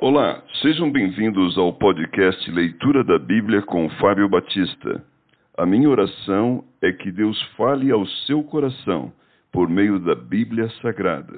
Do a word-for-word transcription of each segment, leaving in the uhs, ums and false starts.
Olá, sejam bem-vindos ao podcast Leitura da Bíblia com Fábio Batista. A minha oração é que Deus fale ao seu coração por meio da Bíblia Sagrada.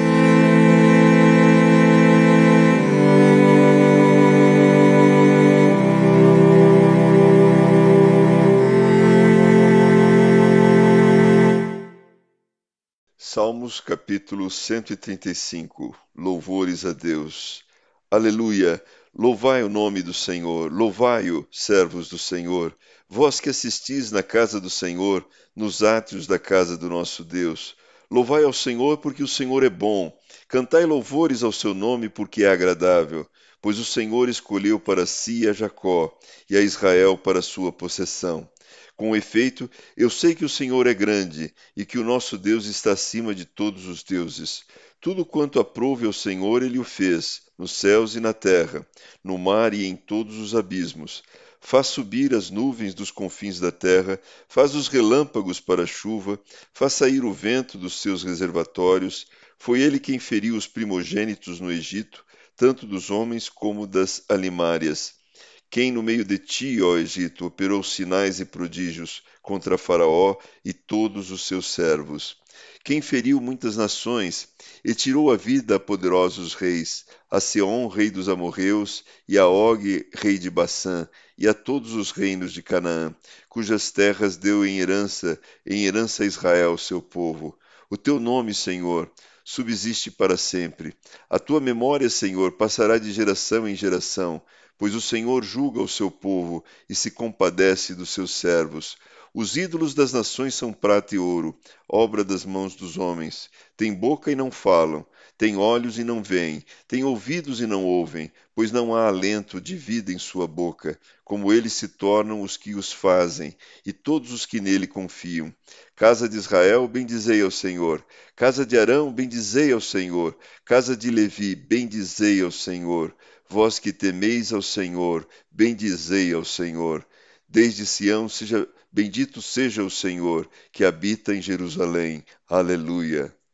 Salmos capítulo cento e trinta e cinco. Louvores a Deus. Aleluia! Louvai o nome do Senhor, louvai-o, servos do Senhor, vós que assistis na casa do Senhor, nos átrios da casa do nosso Deus. Louvai ao Senhor, porque o Senhor é bom, cantai louvores ao seu nome, porque é agradável, pois o Senhor escolheu para si a Jacó e a Israel para sua possessão. Com efeito, eu sei que o Senhor é grande e que o nosso Deus está acima de todos os deuses. Tudo quanto aprouve ao Senhor, ele o fez, nos céus e na terra, no mar e em todos os abismos. Faz subir as nuvens dos confins da terra, faz os relâmpagos para a chuva, faz sair o vento dos seus reservatórios. Foi ele quem feriu os primogênitos no Egito, tanto dos homens como das alimárias. Quem no meio de ti, ó Egito, operou sinais e prodígios contra Faraó e todos os seus servos? Quem feriu muitas nações e tirou a vida a poderosos reis, a Seom, rei dos amorreus, e a Og, rei de Bassã, e a todos os reinos de Canaã, cujas terras deu em herança, em herança a Israel, seu povo. O teu nome, Senhor, subsiste para sempre. A tua memória, Senhor, passará de geração em geração, pois o Senhor julga o seu povo e se compadece dos seus servos. Os ídolos das nações são prata e ouro, obra das mãos dos homens. Têm boca e não falam, têm olhos e não veem, têm ouvidos e não ouvem, pois não há alento de vida em sua boca. Como eles se tornam os que os fazem, e todos os que nele confiam. Casa de Israel, bendizei ao Senhor. Casa de Arão, bendizei ao Senhor. Casa de Levi, bendizei ao Senhor. Vós que temeis ao Senhor, bendizei ao Senhor. Desde Sião, seja, bendito seja o Senhor, que habita em Jerusalém. Aleluia.